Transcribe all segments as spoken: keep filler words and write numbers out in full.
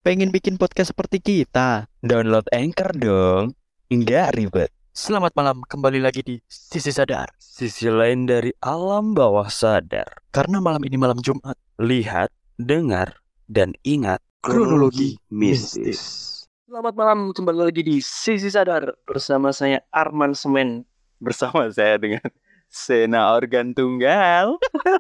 Pengen bikin podcast seperti kita? Download Anchor dong. Nggak ribet. Selamat malam, kembali lagi di Sisi Sadar. Sisi lain dari alam bawah sadar. Karena malam ini malam Jumat. Lihat, dengar, dan ingat Kronologi mistis. Selamat malam, kembali lagi di Sisi Sadar. Bersama saya Arman Semen. Bersama saya dengan Sena Organ Tunggal.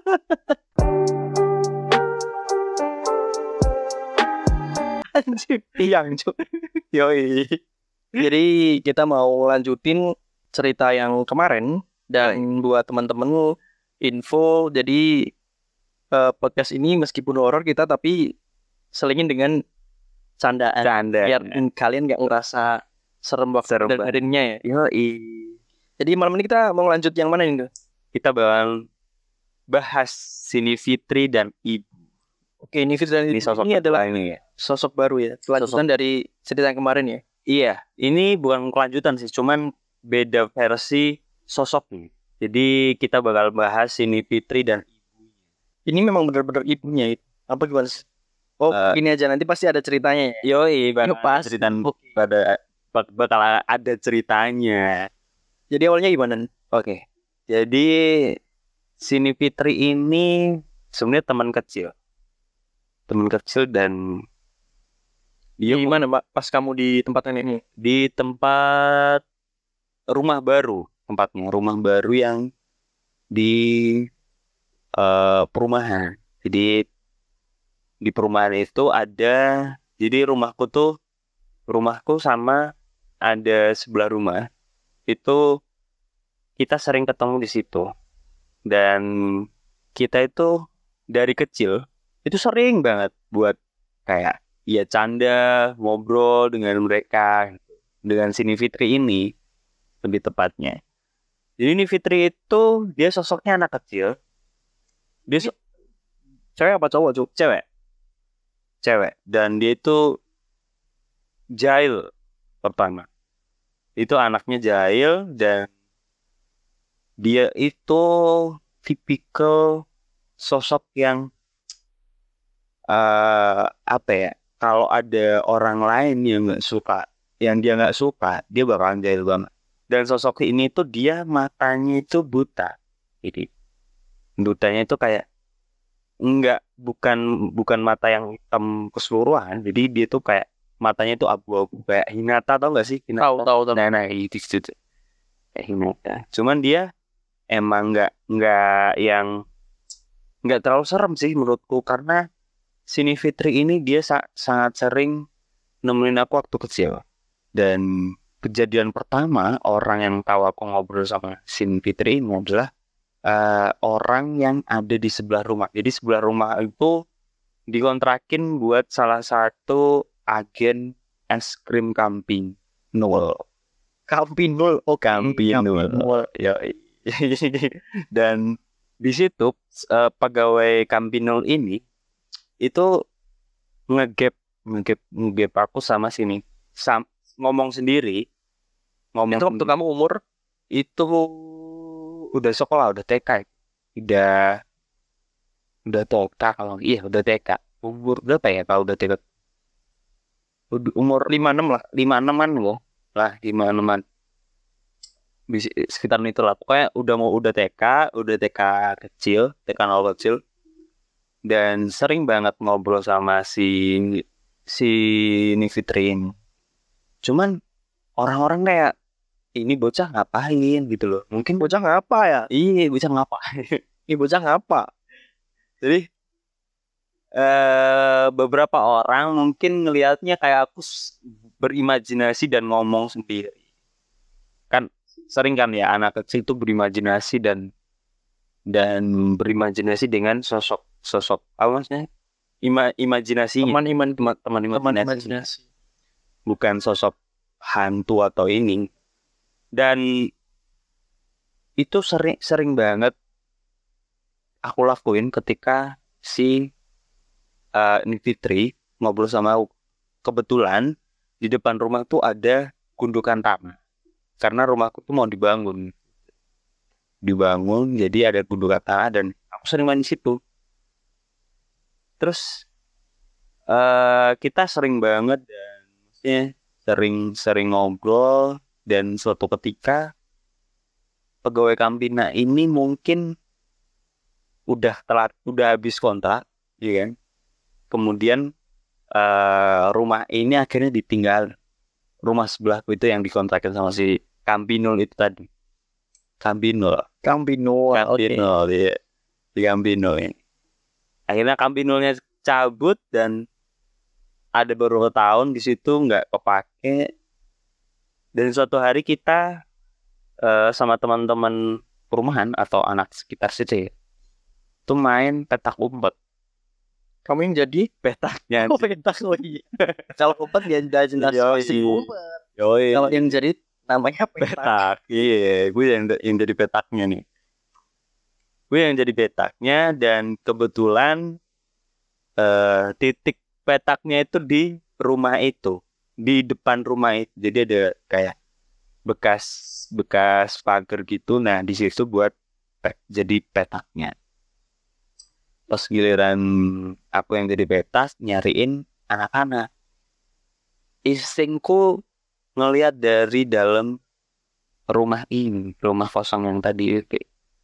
Anjir, tiang cuy. Yoi. Jadi kita mau lanjutin cerita yang kemarin. Dan buat teman-teman info, jadi eh, podcast ini meskipun horor kita tapi selingin dengan candaan. Canda. Biar kalian gak ngerasa serem waktu Serem banget. dengerinnya ya. Yoi. Jadi malam ini kita mau lanjut yang mana nih? Kita bakal bahas Sini Fitri dan Ibu. Oke, ini Fitri Ini sosok ini adalah ini ya. sosok baru ya. Kelanjutan dari cerita yang kemarin ya. Iya, ini bukan kelanjutan sih, cuman beda versi sosoknya. Jadi kita bakal bahas Sini Fitri dan ibunya. Ini memang benar-benar ibunya itu. Apa gimana sih? Oh, Eh, gini aja nanti pasti ada ceritanya ya. Yoi, bakal Yo, pas. cerita Oke. pada bak- bakal ada ceritanya. Jadi awalnya gimana? Oke. Jadi Sini Fitri ini sebenarnya teman kecil. Teman kecil dan dia Di mana, Mbak? Pas kamu di tempat nenek ini. di tempat rumah baru, tempatnya rumah baru yang di eh, perumahan. Jadi di perumahan itu ada, jadi rumahku tuh, rumahku sama ada sebelah rumah itu kita sering ketemu di situ. Dan kita itu dari kecil itu sering banget buat kayak ya canda, ngobrol dengan mereka, dengan Sini Fitri ini lebih tepatnya. Jadi ini Fitri itu dia sosoknya anak kecil. Dia so- Cewek apa cowok, Cuk? cewek, cewek dan dia itu jahil pertama. Itu anaknya jahil dan dia itu tipikal sosok yang eh apa ya? Kalau ada orang lain yang nggak suka, yang dia nggak suka, dia bakalan jahil banget. Dan sosok ini tuh dia matanya itu buta. Jadi butanya itu kayak enggak bukan bukan mata yang hitam keseluruhan. Jadi dia tuh kayak matanya itu abu-abu kayak Hinata, tau nggak sih? Hinata. Tahu, tahu, tahu. Nah, nah itu, itu, itu. Kayak Hinata. Cuman dia emang nggak nggak yang nggak terlalu serem sih menurutku karena Sini Fitri ini dia sa- sangat sering nemenin aku waktu kecil. Dan kejadian pertama orang yang tahu aku ngobrol sama Sini Fitri ini adalah eh, orang yang ada di sebelah rumah. Jadi sebelah rumah itu dikontrakin buat salah satu agen es krim Camping Nol. Kampinul. Oke. Campinul. Kampinul. Ya. Dan di situ eh, pegawai Campinul ini itu ngegap ngegap ngegap aku sama Sini. Sam, ngomong sendiri, ngomong Itu waktu sendiri. kamu umur Itu udah sekolah, udah T K, ya. udah udah T K kalau iya udah T K. Umur berapa ya kalau udah T K? Ud- Umur lima puluh enam lah. lima enaman loh. Lah lima enaman. Bis- sekitar itulah. Pokoknya udah mau udah T K, udah T K kecil, T K nol kecil. Dan sering banget ngobrol sama si si Nifitri ini. Cuman orang-orang kayak ini bocah ngapain gitu loh. Mungkin Bocah ngapa ya? iya bocah ngapain. Ini bocah ngapa? Jadi eh beberapa orang mungkin ngelihatnya kayak aku s- berimajinasi dan ngomong sendiri. Kan sering kan ya anak kecil itu berimajinasi dan dan berimajinasi dengan sosok sosok apa maksudnya? Ima, imajinasinya Teman iman teman teman teman imajinasi, imajinasi. bukan sosok hantu atau ini. Dan itu sering sering banget aku lakuin ketika si uh, Fitri ngobrol sama aku. Kebetulan di depan rumah tuh ada gundukan tanah karena rumahku tuh mau dibangun dibangun jadi ada gundukan tanah dan aku sering main di situ. Terus eh kita sering banget dan maksudnya sering-sering ngobrol, dan suatu ketika pegawai Campina ini mungkin udah telat, udah habis kontrak, ya kan? Kemudian eh rumah ini akhirnya ditinggal. Rumah sebelahku itu yang dikontrakin sama si Campinul itu tadi. Campinul, Campino, oke. Campinul, ya, di Campinul ini. Akhirnya Campinulnya cabut dan ada beberapa tahun di situ nggak kepake. Dan suatu hari kita eh, sama teman-teman perumahan atau anak sekitar situ ya, itu main petak umpet. Kamu yang jadi Petaknya. oh petak oh iya. Kalau umpet dia udah jelas Yoi. si umpet. Yoi. Kalau yang jadi namanya petak. Petak. Iya, gue yang yang jadi petaknya nih. Gue yang jadi petaknya, dan kebetulan eh, titik petaknya itu di rumah itu, di depan rumah itu. Jadi ada kayak bekas bekas pagar gitu. Nah, di situ buat pe- jadi petaknya. Pas giliran aku yang jadi petas, nyariin anak-anak. Instingku ngelihat dari dalam rumah ini, rumah kosong yang tadi itu.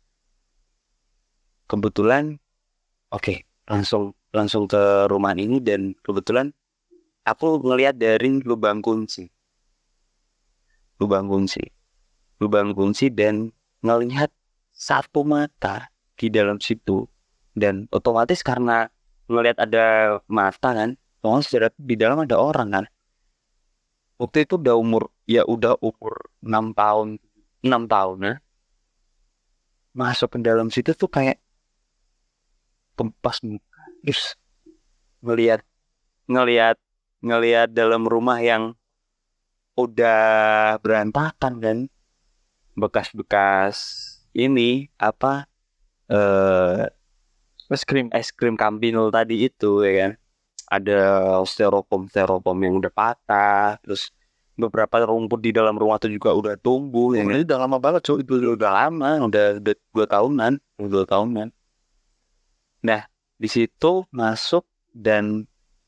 Kebetulan, oke, langsung langsung ke rumah ini, dan kebetulan aku ngelihat dari lubang kunci, lubang kunci, lubang kunci, dan ngelihat satu mata di dalam situ. Dan otomatis karena ngelihat ada mata kan, otomatis di dalam ada orang kan. Waktu itu udah umur, ya udah umur enam tahun, enam tahun ya. Masuk ke dalam situ tuh kayak kempas muka, terus ngelihat ngelihat ngelihat dalam rumah yang udah berantakan kan, bekas-bekas ini apa eh Es krim. es krim Campinul tadi itu ya kan. Ada styrofoam styrofoam yang udah patah, terus beberapa rumput di dalam rumah itu juga udah tumbuh. Oh, Ya kan? ini udah lama banget cuy. Itu udah lama, udah udah dua tahunan, udah dua tahunan. Nah, di situ masuk, dan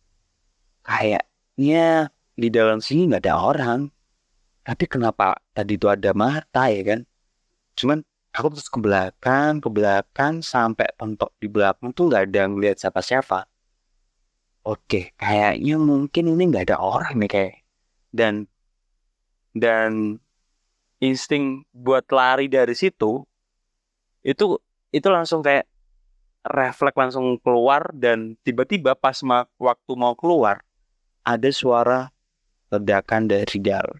kayaknya di dalam sini nggak ada orang. Tapi kenapa tadi itu ada mata ya kan? Cuman aku terus ke belakang, ke belakang sampai pentok di belakang tuh nggak ada ngeliat siapa-siapa. Oke, kayaknya mungkin ini nggak ada orang nih kayak. Dan dan insting buat lari dari situ itu itu langsung kayak refleks langsung keluar, dan tiba-tiba pas ma- waktu mau keluar ada suara ledakan dari dalam.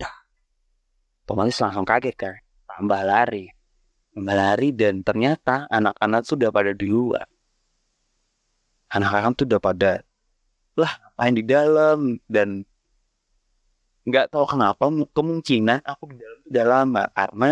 Otomatis langsung kaget kan, tambah lari, tambah lari, dan ternyata anak-anak sudah pada di luar. Anak-anak tuh udah pada lah ngapain di dalam, dan nggak tahu kenapa kemungkinan aku di dalam udah lama karena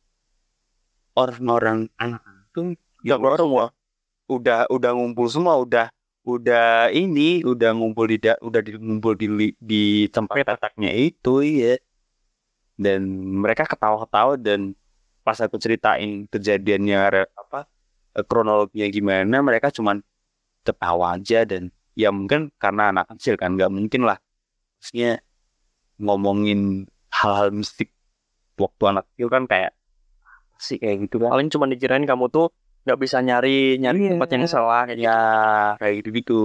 orang-orang anak-anak tuh Gak keluar semua. udah udah ngumpul semua, udah udah ini udah ngumpul di da, udah di, ngumpul di di tempat petaknya itu ya. Dan mereka ketawa-ketawa, dan pas aku ceritain kejadiannya re- apa eh, kronologinya gimana, mereka cuman tertawa aja. Dan ya mungkin karena anak kecil kan, nggak mungkin lah maksudnya ngomongin hal-hal mistik waktu anak kecil kan, kayak apa sih kayak gitu kan. Paling cuma dikirain kamu tuh nggak bisa nyari nyari Iya. tempat yang salah kayak Ya kayak gitu gitu.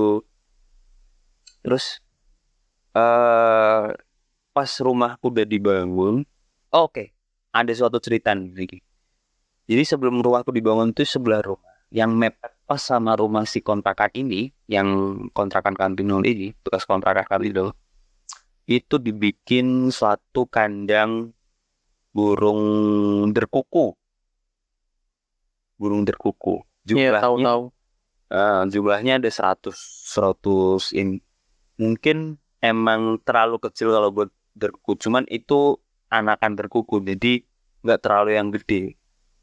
Terus eh pas rumahku udah dibangun, oke, ada suatu cerita nih. Jadi sebelum rumahku dibangun tuh sebelah rumah yang mepet pas sama rumah si kontrakan ini, yang kontrakan Campinul ini, bekas kontrakan Campinul, itu dibikin suatu kandang burung derkuku. Burung derkuku. Iya, Jumlahnya tahu-tahu. eh, jumlahnya ada seratus seratus in. Mungkin emang terlalu kecil kalau buat derkuku, cuman itu anakan derkuku, jadi nggak terlalu yang gede.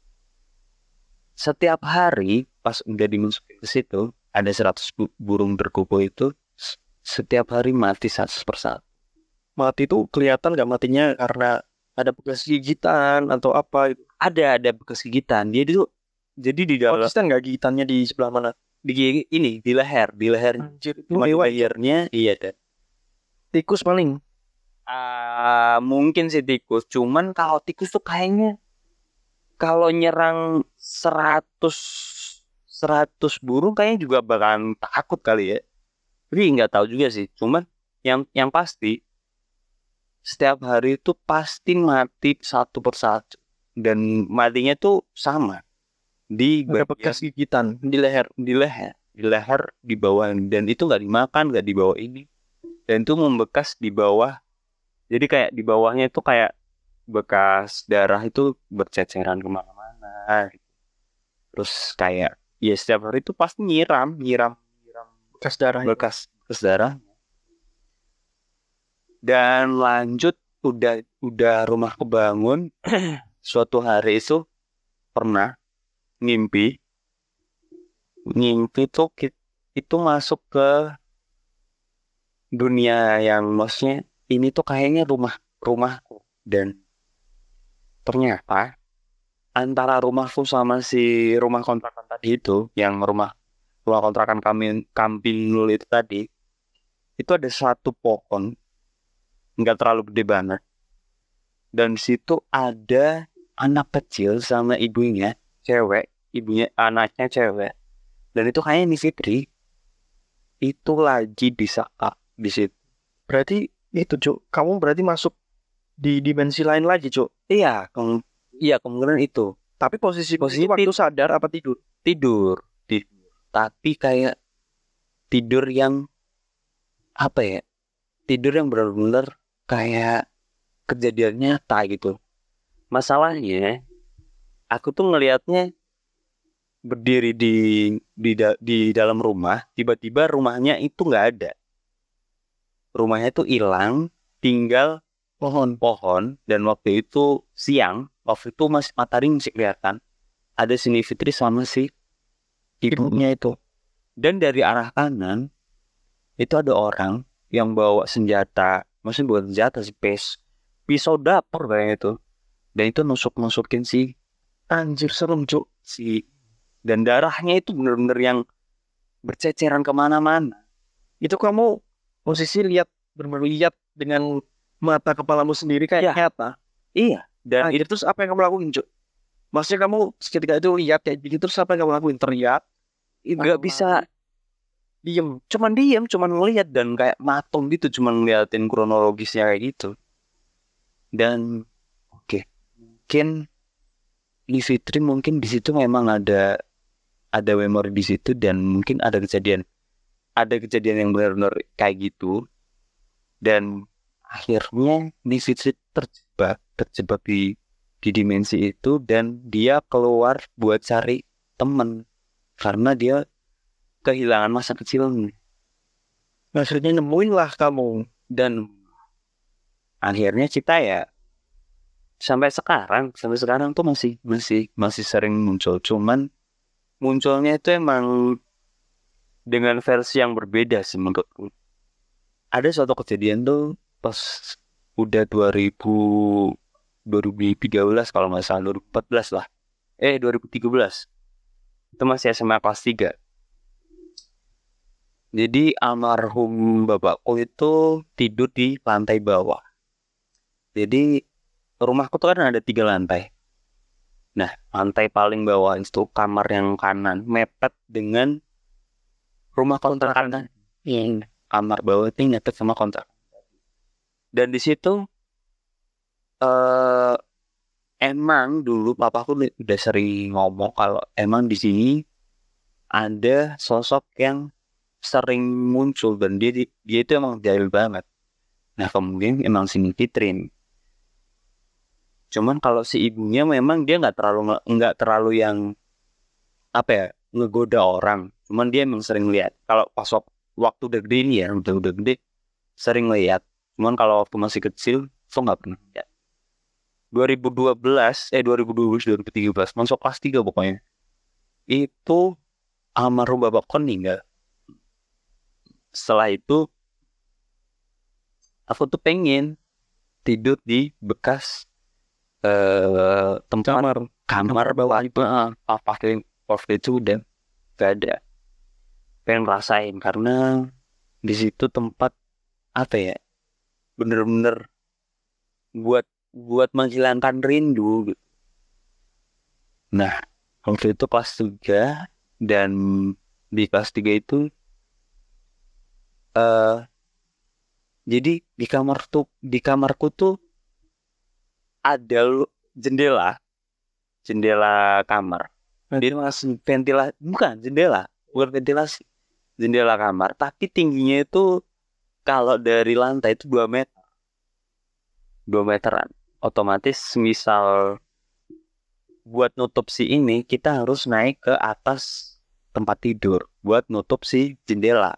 Setiap hari pas udah dimasukin ke situ, ada seratus bu- burung derkuku itu s- setiap hari mati satu persatu. Mati tuh kelihatan nggak matinya karena ada bekas gigitan atau apa gitu. Ada ada bekas gigitan. Dia itu jadi di dalam Konsisten nggak gigitannya di sebelah mana? di ini di leher, di leher. Anjir, itu Cuma di hewan. lehernya iya deh. Tikus paling. Ah, mungkin sih tikus, cuman kalau tikus tuh kayaknya kalau nyerang seratus seratus burung kayaknya juga bakalan takut kali ya. Tapi nggak tahu juga sih. Cuman yang yang pasti setiap hari itu pasti mati satu persatu dan matinya tuh sama di Ada bagian bekas gigitan di leher. di leher, di leher di bawah dan itu nggak dimakan, nggak dibawa ini dan itu membekas di bawah. Jadi kayak di bawahnya itu kayak bekas darah itu berceceran kemana-mana. Terus kayak ya setiap hari itu pasti nyiram, nyiram, nyiram Bekas darah. bekas bekas darah. Dan lanjut udah udah rumah kebangun. Suatu hari itu pernah ngimpi, ngimpi tuh ki- itu masuk ke dunia yang maksudnya ini tuh kayaknya rumah rumahku dan ternyata antara rumahku sama si rumah kontrakan tadi itu, yang rumah rumah kontrakan kami Kamping Nul itu tadi, itu ada satu pohon nggak terlalu gede banget dan di situ ada anak kecil sama ibunya cewek, ibunya anaknya cewek dan itu kayaknya nih Fitri itu lagi disakap di situ. Berarti itu, Cuk. Kamu berarti masuk di dimensi lain lagi, Cuk. Iya, kem- iya kemungkinan itu Tapi posisi Posisi posisi waktu sadar apa tidur? tidur, tidur. Tapi kayak tidur yang apa ya? Tidur yang benar-benar kayak kejadian nyata gitu. Masalahnya, aku tuh ngelihatnya berdiri di di da- di dalam rumah, tiba-tiba rumahnya itu nggak ada. Rumahnya itu hilang, tinggal pohon-pohon dan waktu itu siang, waktu itu masih matahari masih kelihatan. Ada si Fitri sama si ibunya itu. Dan dari arah kanan itu ada orang yang bawa senjata, maksudnya bukan senjata sih, pes, pisau dapur kayak itu. Dan itu nusuk-nusukin si Anjir, serem, Cuk. si dan darahnya itu bener-bener yang berceceran kemana-mana. Itu kamu posisi lihat, benar-benar lihat dengan mata kepalamu sendiri kayak Iya. nyata. Iya. Dan Anjir, itu terus apa yang kamu lakuin, Cuk? Maksudnya kamu ketika itu lihat kayak gitu, terus apa yang kamu lakuin? Teriak? nggak Atau bisa lari? Diem? cuman diem, cuman ngeliat dan kayak matung gitu, cuman ngeliatin kronologisnya kayak gitu. Dan oke, mungkin Li Fitri mungkin di situ memang ada ada memori di situ dan mungkin ada kejadian ada kejadian yang benar-benar kayak gitu dan akhirnya Li Fitri terjebak terjebak di di dimensi itu dan dia keluar buat cari teman karena dia kehilangan masa kecilnya. Maksudnya nemuin lah kamu. Dan akhirnya kita ya sampai sekarang sampai sekarang tuh masih masih masih sering muncul, cuman munculnya itu emang dengan versi yang berbeda sih menurutku. Ada suatu kejadian tuh pas udah dua ribu dua ribu tiga belas kalau nggak salah, dua ribu empat belas lah, eh dua ribu tiga belas itu masih S M A kelas tiga. Jadi almarhum bapakku itu tidur di lantai bawah. Jadi rumahku tuh kan ada tiga lantai. Nah, lantai paling bawah itu kamar yang kanan mepet dengan rumah kontrakan. Yang kamar bawah itu mepet sama kontrakan. Dan di situ eh emang dulu papaku udah sering ngomong kalau emang di sini ada sosok yang sering muncul dan dia dia itu emang jahil banget. Nah, kemudian emang si Fitrin. Cuman kalau si ibunya memang dia nggak terlalu nggak terlalu yang apa ya ngegoda orang. Cuman dia emang sering lihat. Kalau pas waktu udah gede ini ya udah udah gede sering lihat. Cuman kalau waktu masih kecil tuh nggak pernah lihat. dua ribu dua belas eh dua ribu dua belas dua ribu tiga belas masuk kelas tiga pokoknya. Itu almarhum bapakku meninggal. Setelah itu aku tuh pengen tidur di bekas eh tempat Kamar. kamar bawah itu, ah, apa waktu itu udah gak ada. pengen rasain karena di situ tempat apa ya, bener-bener buat buat menghilangkan rindu gitu. Nah, waktu itu kelas tiga, dan di kelas tiga itu eh jadi di kamar tuh di kamarku tuh ada lu- jendela, jendela kamar. Dia masih ventilasi, bukan jendela, bukan ventilasi. Jendela kamar, tapi tingginya itu kalau dari lantai itu dua meter, dua meteran. Otomatis misal buat nutup si ini kita harus naik ke atas tempat tidur buat nutup si jendela.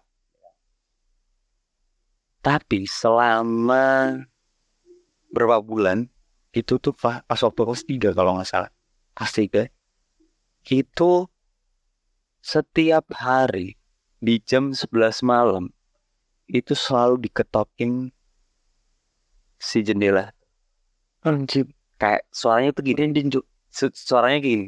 Tapi selama berapa bulan itu tuh pas pas waktu kelas tiga kalau nggak salah, kelas tiga itu setiap hari di jam sebelas malam itu selalu diketokin si jendela. Anjir. Kayak suaranya tuh gini, Din, Ju. Su- suaranya gini.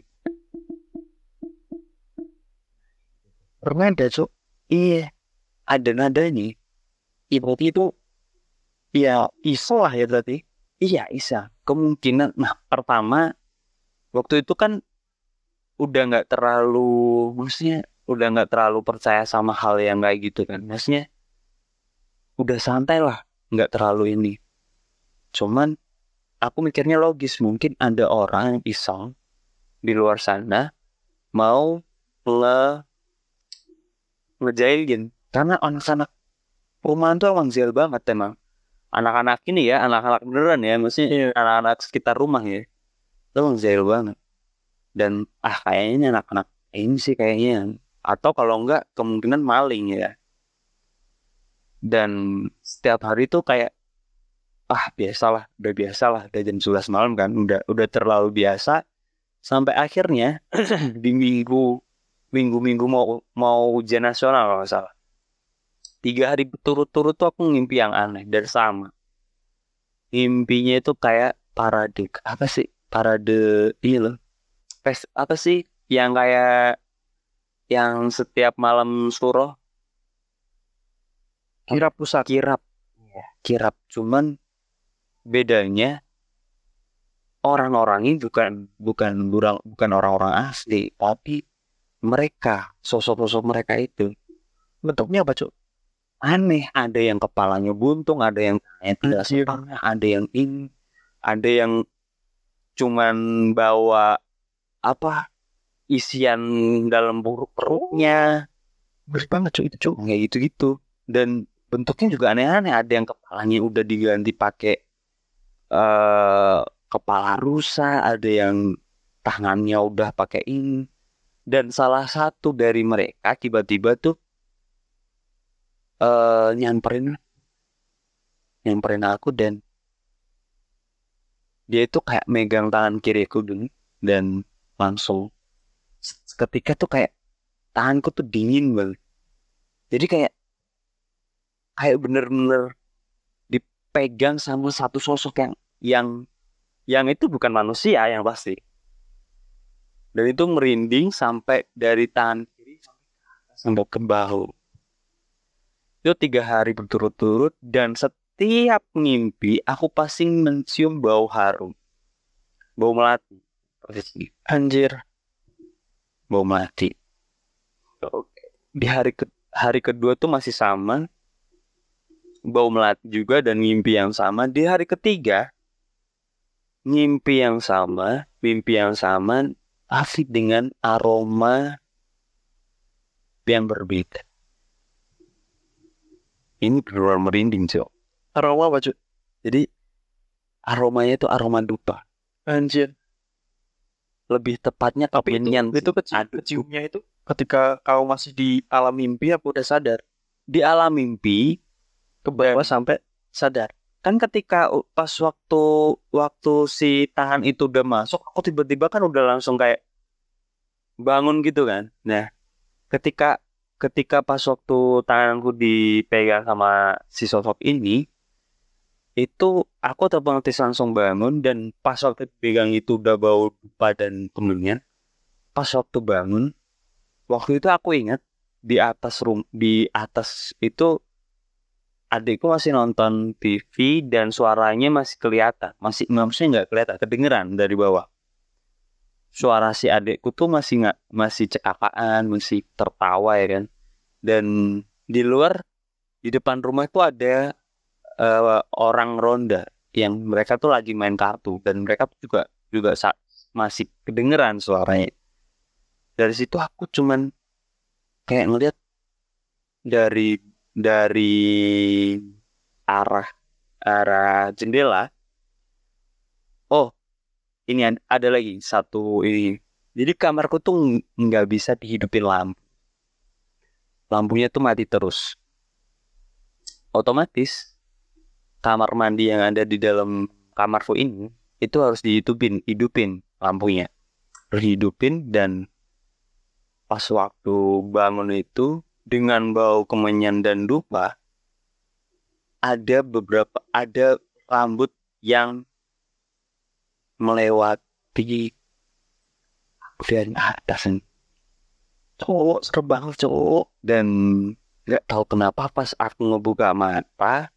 Pernah ada, Cuk. Iya, ada nadanya. Ibu itu ya iso lah ya berarti. Iya, Isa. Kemungkinan, nah pertama waktu itu kan udah nggak terlalu, maksudnya udah nggak terlalu percaya sama hal yang kayak gitu kan. Maksudnya udah santai lah, nggak terlalu ini. Cuman aku mikirnya logis, mungkin ada orang yang iseng di luar sana mau nge ngejailin. Karena anak-anak perumahan tuh emang jail banget emang. Anak-anak ini ya, anak-anak beneran ya, maksudnya Iya. anak-anak sekitar rumah ya. Itu emang jail banget. Dan ah kayaknya ini anak-anak ini sih kayaknya. Atau kalau enggak kemungkinan maling ya. Dan setiap hari tuh kayak ah biasalah, udah biasalah, udah jam sebelas malam kan, udah udah terlalu biasa. Sampai akhirnya di minggu minggu-minggu mau mau ujian nasional kalau nggak salah. Tiga hari berturut-turut tuh aku ngimpi yang aneh dan sama. Mimpinya itu kayak parade apa sih? Parade ini loh. Pes apa sih yang kayak yang setiap malam suro Kirap pusat. kirap. Kirap cuman bedanya orang-orang ini bukan bukan bukan bukan orang-orang asli, tapi mereka, sosok-sosok mereka itu Bentuknya apa, Cuk? aneh. Ada yang kepalanya buntung, ada yang tangannya tidak Anjir. setengah, ada yang ini, ada yang cuman bawa apa isian dalam perut perutnya Ngeri banget, Cuk, itu, Cuk. kayak gitu-gitu. Dan bentuknya juga aneh-aneh. Ada yang kepalanya udah diganti pakai eh kepala rusa, ada yang tangannya udah pakai ini. Dan salah satu dari mereka tiba-tiba tuh eh nyamperin nyamperin aku, dan dia itu kayak megang tangan kiriku dulu, dan langsung seketika tuh kayak tanganku tuh dingin banget. Jadi kayak kayak bener-bener dipegang sama satu sosok yang yang yang itu bukan manusia yang pasti. Dan itu merinding sampai dari tangan kiri sampai ke bahu. Itu tiga hari berturut-turut, dan setiap mimpi aku pasti mencium bau harum, bau melati. Persis. Anjir. Bau melati. Oke. Di hari ke hari kedua tuh masih sama, bau melati juga dan mimpi yang sama. Di hari ketiga mimpi yang sama, mimpi yang sama, tapi dengan aroma yang berbeda. Ini benar merinding, Cok. Aroma apa, Cuk? Jadi aromanya itu aroma dupa. Anjir. Lebih tepatnya Tapi itu, kemenyan. itu keci Aduh. keciumnya itu ketika kau masih di alam mimpi apa udah sadar? Di alam mimpi, Ke bawah Dan- sampai sadar. kan ketika u- pas waktu waktu si tangan itu udah masuk, aku tiba-tiba kan udah langsung kayak bangun gitu kan. Nah, ketika ketika pas waktu tanganku dipegang sama si sosok ini, itu aku otomatis langsung bangun, dan pas waktu pegang itu udah bau dupa dan kemenyan. Pas waktu bangun, waktu itu aku ingat di atas rum di atas itu adikku masih nonton T V dan suaranya masih kelihatan, masih maksudnya nggak kelihatan, kedengeran dari bawah. Suara si adikku tuh masih nggak masih cekakak,an masih tertawa ya kan. Dan di luar di depan rumah itu ada uh, orang ronda yang mereka tuh lagi main kartu dan mereka juga juga sa- masih kedengeran suaranya. Dari situ aku cuman kayak ngeliat dari dari arah arah jendela. Oh, ini ad- ada lagi satu ini. Jadi kamarku tuh ng- nggak bisa dihidupin lampu. Lampunya tuh mati terus. Otomatis kamar mandi yang ada di dalam kamarku ini itu harus dihidupin, hidupin lampunya. Harus dihidupin dan pas waktu bangun itu dengan bau kemenyan dan dupa, ada beberapa ada rambut yang melewati dari atas. Cowok serem banget cowok. Dan nggak tahu kenapa pas aku ngebuka mata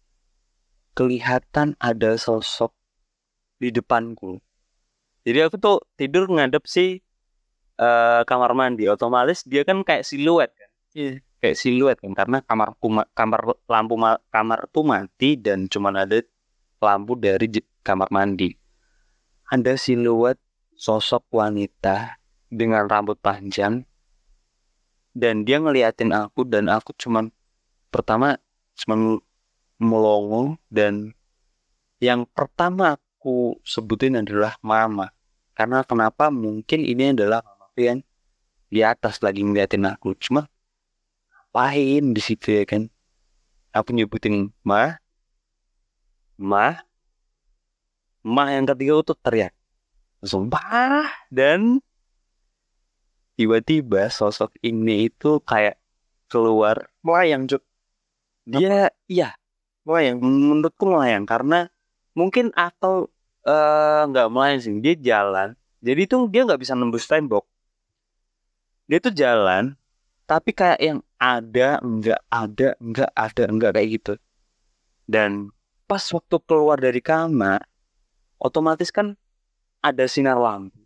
kelihatan ada sosok di depanku. Jadi aku tuh tidur ngadep si uh, kamar mandi. Otomatis dia kan kayak siluet kan. Iya. Kayak siluet kan karena kamar kamar lampu ma- kamar tuh mati dan cuman ada lampu dari j- kamar mandi. Ada siluet sosok wanita dengan rambut panjang dan dia ngeliatin aku dan aku cuman pertama cuman melongo dan yang pertama aku sebutin adalah mama. Karena kenapa? Mungkin ini adalah mama yang di atas lagi ngeliatin aku. Cuma ngapain di situ ya kan? Aku nyebutin ma, ma, ma yang ketiga tuh teriak. Sumpah. Dan tiba-tiba sosok ini itu kayak keluar Melayang, Cuk. dia iya melayang menurutku melayang karena mungkin atau eh, nggak melayang sih dia jalan jadi tuh dia nggak bisa nembus tembok dia tuh jalan tapi kayak yang ada nggak ada nggak ada nggak kayak gitu dan pas waktu keluar dari kamar otomatis kan ada sinar lampu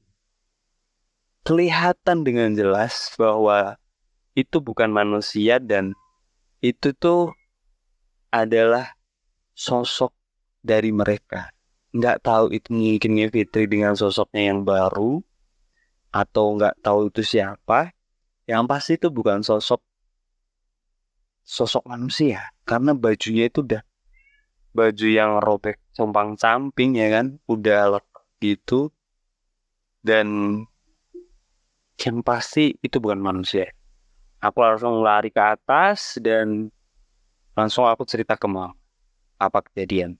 kelihatan dengan jelas bahwa itu bukan manusia dan itu tuh adalah sosok dari mereka. Nggak tahu itu mungkin Fitri dengan sosoknya yang baru atau nggak tahu itu siapa. Yang pasti itu bukan sosok sosok manusia karena bajunya itu udah baju yang robek compang camping ya kan, udah letak gitu dan yang pasti itu bukan manusia. Aku langsung lari ke atas dan langsung aku cerita ke mama apa kejadian.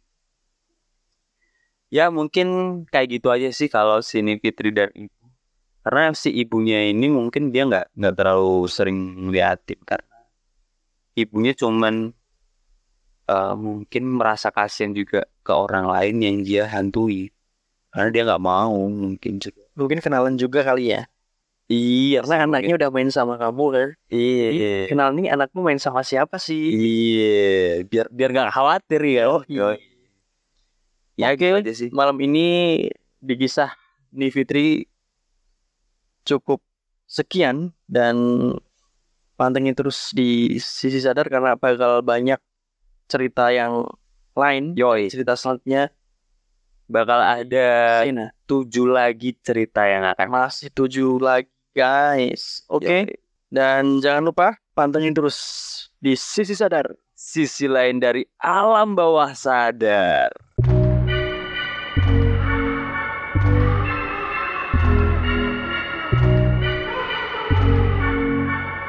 Ya mungkin kayak gitu aja sih kalau sini Fitri dan ibu. Karena si ibunya ini mungkin dia nggak nggak terlalu sering ngeliatin karena ibunya cuman uh, mungkin merasa kasihan juga ke orang lain yang dia hantui. Karena dia nggak mau mungkin juga. Mungkin kenalan juga kali ya. Iya. Karena anaknya udah main sama kamu kan. Iya. Jadi, kenal nih anakmu main sama siapa sih? Iya. Biar biar nggak khawatir ya. Oh iya. Ya oke aja sih. Malam ini di kisah Ni Fitri cukup sekian dan pantengin terus di Sisi Sadar karena bakal banyak cerita yang lain. Yoi. Cerita selanjutnya bakal ada Sina. tujuh lagi cerita yang akan Masih tujuh lagi guys. Oke. Okay. Dan jangan lupa pantengin terus di Sisi Sadar. Sisi lain dari alam bawah sadar.